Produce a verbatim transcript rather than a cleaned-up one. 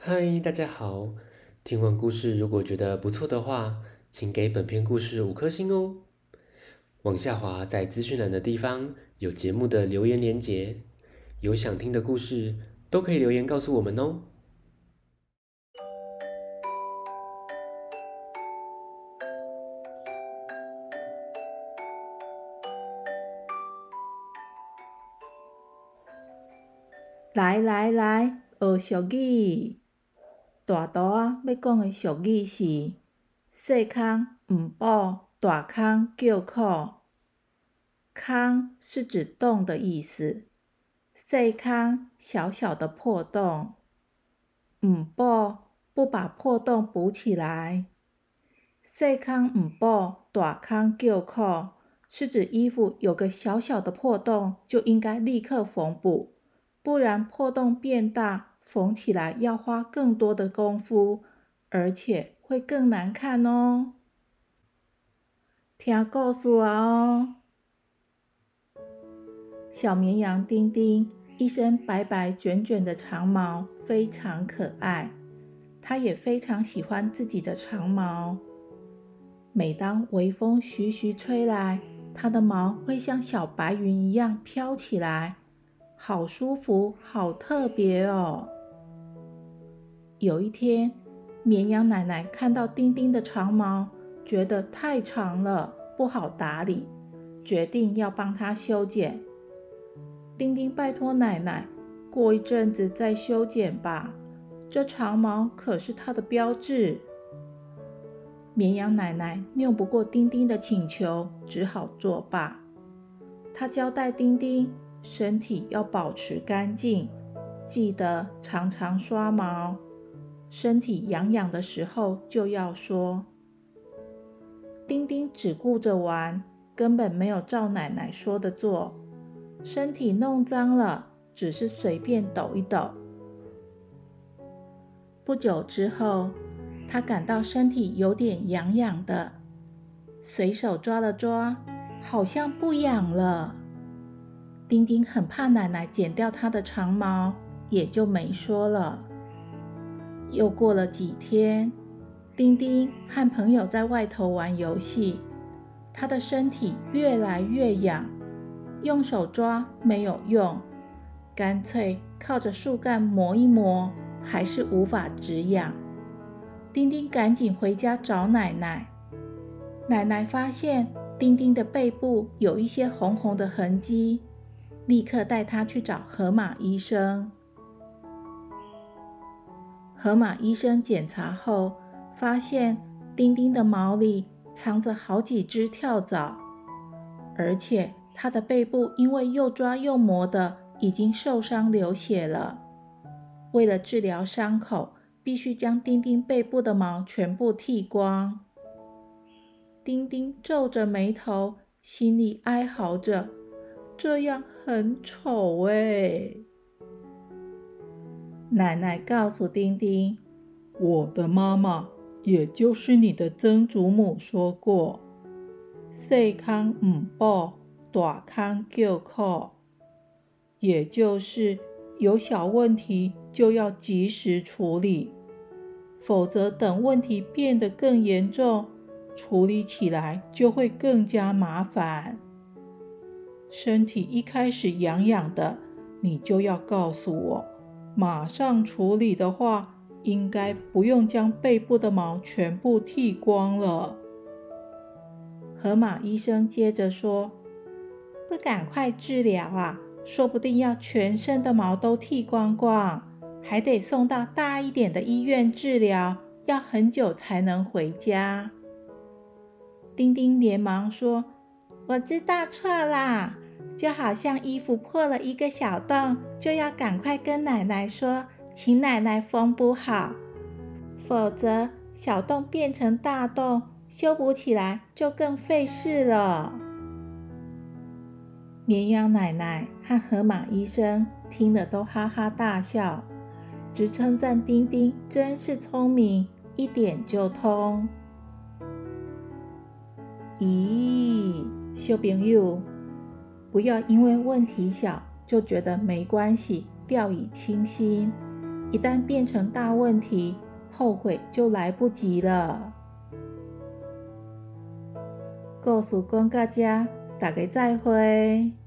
嗨，大家好！听完故事，如果觉得不错的话，请给本篇故事五颗星哦。往下滑，在资讯栏的地方有节目的留言连结，有想听的故事都可以留言告诉我们哦。 来来来，学俗语。大图仔要讲的俗语是：细空毋补，大空叫苦。空是指洞的意思，细空小小的破洞，毋补不把破洞补起来。细空毋补，大空叫苦，是指衣服有个小小的破洞，就应该立刻缝补，不然破洞变大，缝起来要花更多的功夫，而且会更难看哦。听故事啊哦。小绵羊丁丁一身白白卷卷的长毛，非常可爱。它也非常喜欢自己的长毛。每当微风徐徐吹来，它的毛会像小白云一样飘起来，好舒服，好特别哦。有一天，绵羊奶奶看到丁丁的长毛，觉得太长了，不好打理，决定要帮它修剪。丁丁拜托奶奶，过一阵子再修剪吧，这长毛可是它的标志。绵羊奶奶拗不过丁丁的请求，只好作罢。她交代丁丁，身体要保持干净，记得常常刷毛，身体痒痒的时候就要说。丁丁只顾着玩，根本没有照奶奶说的做，身体弄脏了，只是随便抖一抖。不久之后，他感到身体有点痒痒的，随手抓了抓，好像不痒了。丁丁很怕奶奶剪掉他的长毛，也就没说了。又过了几天，丁丁和朋友在外头玩游戏，他的身体越来越痒，用手抓没有用，干脆靠着树干磨一磨，还是无法止痒。丁丁赶紧回家找奶奶。奶奶发现丁丁的背部有一些红红的痕迹，立刻带他去找河马医生。河马医生检查后，发现丁丁的毛里藏着好几只跳蚤，而且他的背部因为又抓又磨的，已经受伤流血了。为了治疗伤口，必须将丁丁背部的毛全部剃光。丁丁皱着眉头，心里哀嚎着，这样很丑耶。奶奶告诉丁丁，我的妈妈，也就是你的曾祖母说过，细空唔补，大空叫苦，也就是有小问题就要及时处理，否则等问题变得更严重，处理起来就会更加麻烦。身体一开始痒痒的，你就要告诉我，马上处理的话，应该不用将背部的毛全部剃光了。河马医生接着说，不赶快治疗啊，说不定要全身的毛都剃光光，还得送到大一点的医院治疗，要很久才能回家。丁丁连忙说，我知道错啦，就好像衣服破了一个小洞，就要赶快跟奶奶说，请奶奶缝补好，否则小洞变成大洞，修补起来就更费事了。绵羊奶奶和河马医生听了都哈哈大笑，直称赞丁丁真是聪明，一点就通。咦，小朋友，不要因为问题小就觉得没关系，掉以轻心。 一旦变成大问题，后悔就来不及了。故事讲到这，大家再会。